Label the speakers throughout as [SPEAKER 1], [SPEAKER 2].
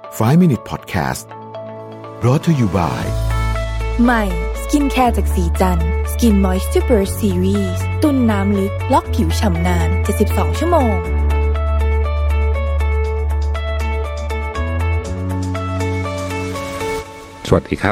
[SPEAKER 1] 5 Minute Podcast brought to you by
[SPEAKER 2] ใหม่สกินแคร์จากสีจันทร์สกินมอยส์เจอร์เบอร์ซีรีส์ตุ้นน้ำลึกล็อกผิวฉ่ำนาน72 ชั่วโมง
[SPEAKER 3] สวัสดีครับ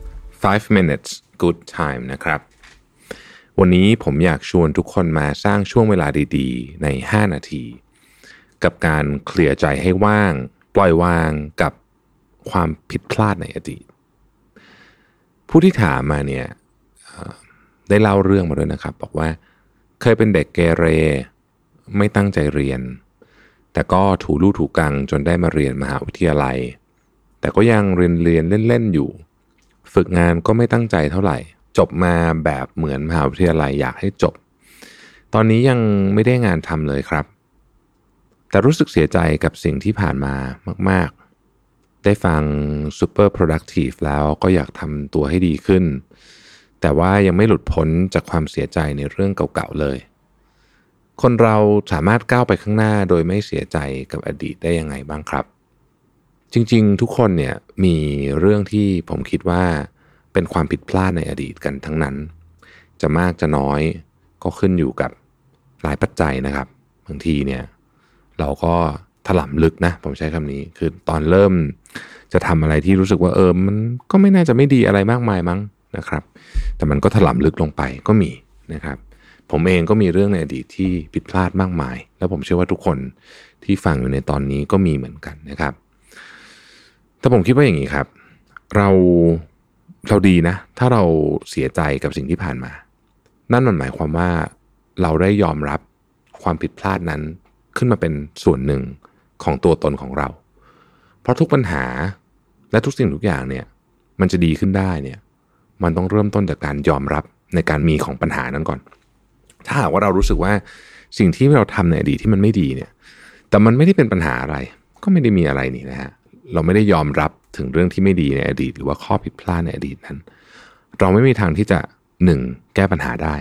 [SPEAKER 3] 5 minutes good time นะครับวันนี้ผมอยากชวนทุกคนมาสร้างช่วงเวลาดีๆใน5นาทีกับการเคลียร์ใจให้ว่างปล่อยวางกับความผิดพลาดในอดีตผู้ที่ถามมาเนี่ยได้เล่าเรื่องมาด้วยนะครับบอกว่าเคยเป็นเด็กเกเรไม่ตั้งใจเรียนแต่ก็ถูลู่ถูกังจนได้มาเรียนมหาวิทยาลัยแต่ก็ยังเรียนเล่นๆอยู่ฝึกงานก็ไม่ตั้งใจเท่าไหร่จบมาแบบเหมือนมหาวิทยาลัยอยากให้จบตอนนี้ยังไม่ได้งานทำเลยครับแต่รู้สึกเสียใจกับสิ่งที่ผ่านมามากๆได้ฟัง Super Productive แล้วก็อยากทำตัวให้ดีขึ้นแต่ว่ายังไม่หลุดพ้นจากความเสียใจในเรื่องเก่าๆเลยคนเราสามารถก้าวไปข้างหน้าโดยไม่เสียใจกับอดีตได้ยังไงบ้างครับจริงๆทุกคนเนี่ยมีเรื่องที่ผมคิดว่าเป็นความผิดพลาดในอดีตกันทั้งนั้นจะมากจะน้อยก็ขึ้นอยู่กับหลายปัจจัยนะครับบางทีเนี่ยเราก็ถลำลึกนะผมใช้คำนี้คือตอนเริ่มจะทำอะไรที่รู้สึกว่ามันก็ไม่น่าจะไม่ดีอะไรมากมายมั้งนะครับแต่มันก็ถลำลึกลงไปก็มีนะครับผมเองก็มีเรื่องในอดีตที่ผิดพลาดมากมายแล้วผมเชื่อว่าทุกคนที่ฟังอยู่ในตอนนี้ก็มีเหมือนกันนะครับแต่ผมคิดว่าอย่างนี้ครับเราดีนะถ้าเราเสียใจกับสิ่งที่ผ่านมานั่นมันหมายความว่าเราได้ยอมรับความผิดพลาดนั้นขึ้นมาเป็นส่วนหนึ่งของตัวตนของเราเพราะทุกปัญหาและทุกสิ่งทุกอย่างเนี่ยมันจะดีขึ้นได้เนี่ยมันต้องเริ่มต้นจากการยอมรับในการมีของปัญหานั้นก่อนถ้าหากว่าเรารู้สึกว่าสิ่งที่เราทำในอดีตที่มันไม่ดีเนี่ยแต่มันไม่ได้เป็นปัญหาอะไรก็ไม่ได้มีอะไรนี่นะฮะเราไม่ได้ยอมรับถึงเรื่องที่ไม่ดีในอดีตหรือว่าข้อผิดพลาดในอดีตนั้นเราไม่มีทางที่จะ 1. แก้ปัญหาได้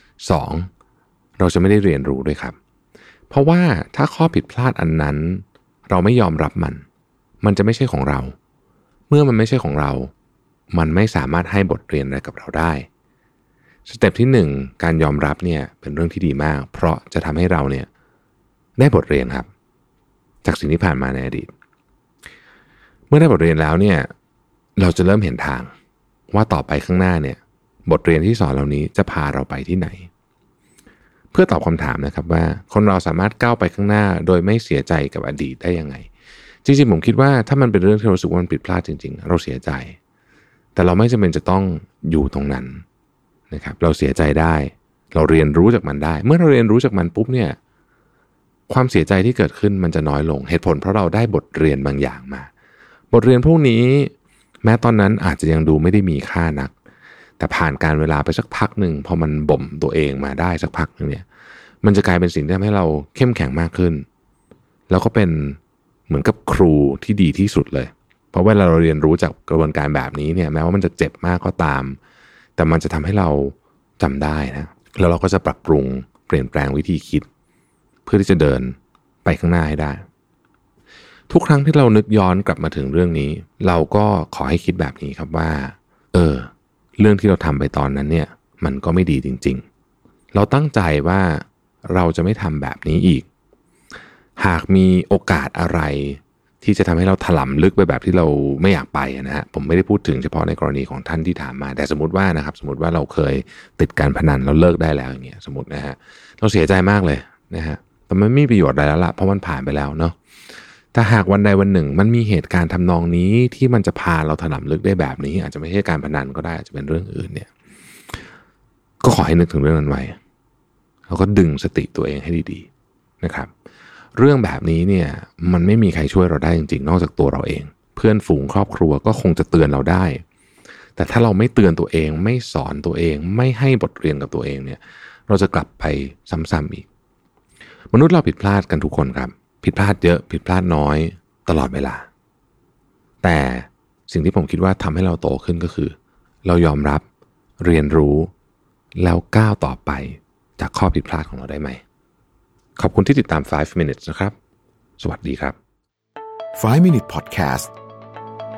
[SPEAKER 3] 2. เราจะไม่ได้เรียนรู้ด้วยครับเพราะว่าถ้าข้อผิดพลาดอันนั้นเราไม่ยอมรับมันจะไม่ใช่ของเราเมื่อมันไม่ใช่ของเรามันไม่สามารถให้บทเรียนอะไรกับเราได้สเต็ปที่1การยอมรับเนี่ยเป็นเรื่องที่ดีมากเพราะจะทำให้เราเนี่ยได้บทเรียนครับจากสิ่งที่ผ่านมาในอดีตเมื่อได้บทเรียนแล้วเนี่ยเราจะเริ่มเห็นทางว่าต่อไปข้างหน้าเนี่ยบทเรียนที่สอนเหล่านี้จะพาเราไปที่ไหนเพื่อตอบคำถามนะครับว่าคนเราสามารถก้าวไปข้างหน้าโดยไม่เสียใจกับอดีตได้ยังไงจริงๆผมคิดว่าถ้ามันเป็นเรื่องที่เรารู้สึกว่ามันผิดพลาดจริงๆเราเสียใจแต่เราไม่จำเป็นจะต้องอยู่ตรงนั้นนะครับเราเสียใจได้เราเรียนรู้จากมันได้เมื่อเราเรียนรู้จากมันปุ๊บเนี่ยความเสียใจที่เกิดขึ้นมันจะน้อยลงเหตุผลเพราะเราได้บทเรียนบางอย่างมาบทเรียนพวกนี้แม้ตอนนั้นอาจจะยังดูไม่ได้มีค่านักแต่ผ่านการเวลาไปสักพักหนึ่งพอมันบ่มตัวเองมาได้สักพักนึงเนี่ยมันจะกลายเป็นสิ่งที่ทำให้เราเข้มแข็งมากขึ้นแล้วก็เป็นเหมือนกับครูที่ดีที่สุดเลยเพราะเวลาเราเรียนรู้จากกระบวนการแบบนี้เนี่ยแม้ว่ามันจะเจ็บมากก็ตามแต่มันจะทำให้เราจำได้นะแล้วเราก็จะปรับปรุงเปลี่ยนแปลงวิธีคิดเพื่อที่จะเดินไปข้างหน้าให้ได้ทุกครั้งที่เรานึกย้อนกลับมาถึงเรื่องนี้เราก็ขอให้คิดแบบนี้ครับว่าเรื่องที่เราทำไปตอนนั้นเนี่ยมันก็ไม่ดีจริงๆเราตั้งใจว่าเราจะไม่ทำแบบนี้อีกหากมีโอกาสอะไรที่จะทำให้เราถลำลึกไปแบบที่เราไม่อยากไปนะฮะผมไม่ได้พูดถึงเฉพาะในกรณีของท่านที่ถามมาแต่สมมติว่าเราเคยติดการพนันเราเลิกได้แล้วอย่างเงี้ยสมมตินะฮะเราเสียใจมากเลยนะฮะแต่มันไม่มีประโยชน์อะไรแล้วล่ะเพราะมันผ่านไปแล้วเนาะถ้าหากวันใดวันหนึ่งมันมีเหตุการณ์ทำนองนี้ที่มันจะพาเราถลำลึกได้แบบนี้อาจจะไม่ใช่การพนันก็ได้อาจจะเป็นเรื่องอื่นเนี่ยก็ขอให้นึกถึงเรื่องนั้นไว้แล้วก็ดึงสติตัวเองให้ดีๆนะครับเรื่องแบบนี้เนี่ยมันไม่มีใครช่วยเราได้จริงๆนอกจากตัวเราเองเพื่อนฝูงครอบครัวก็คงจะเตือนเราได้แต่ถ้าเราไม่เตือนตัวเองไม่สอนตัวเองไม่ให้บทเรียนกับตัวเองเนี่ยเราจะกลับไปซ้ำๆอีกมนุษย์เราผิดพลาดกันทุกคนครับผิดพลาดเยอะผิดพลาดน้อยตลอดเวลาแต่สิ่งที่ผมคิดว่าทำให้เราโตขึ้นก็คือเรายอมรับเรียนรู้แล้วก้าวต่อไปจากข้อผิดพลาดของเราได้ไหมขอบคุณที่ติดตาม5 minutes นะครับสวัสดีครับ
[SPEAKER 1] 5 Minute Podcast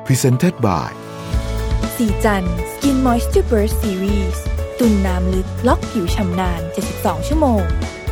[SPEAKER 1] Presented by
[SPEAKER 2] สีจัน Skin Moisture Burst Series ตุ่นน้ำลึกล็อกผิวฉ่ำนาน72 ชั่วโมง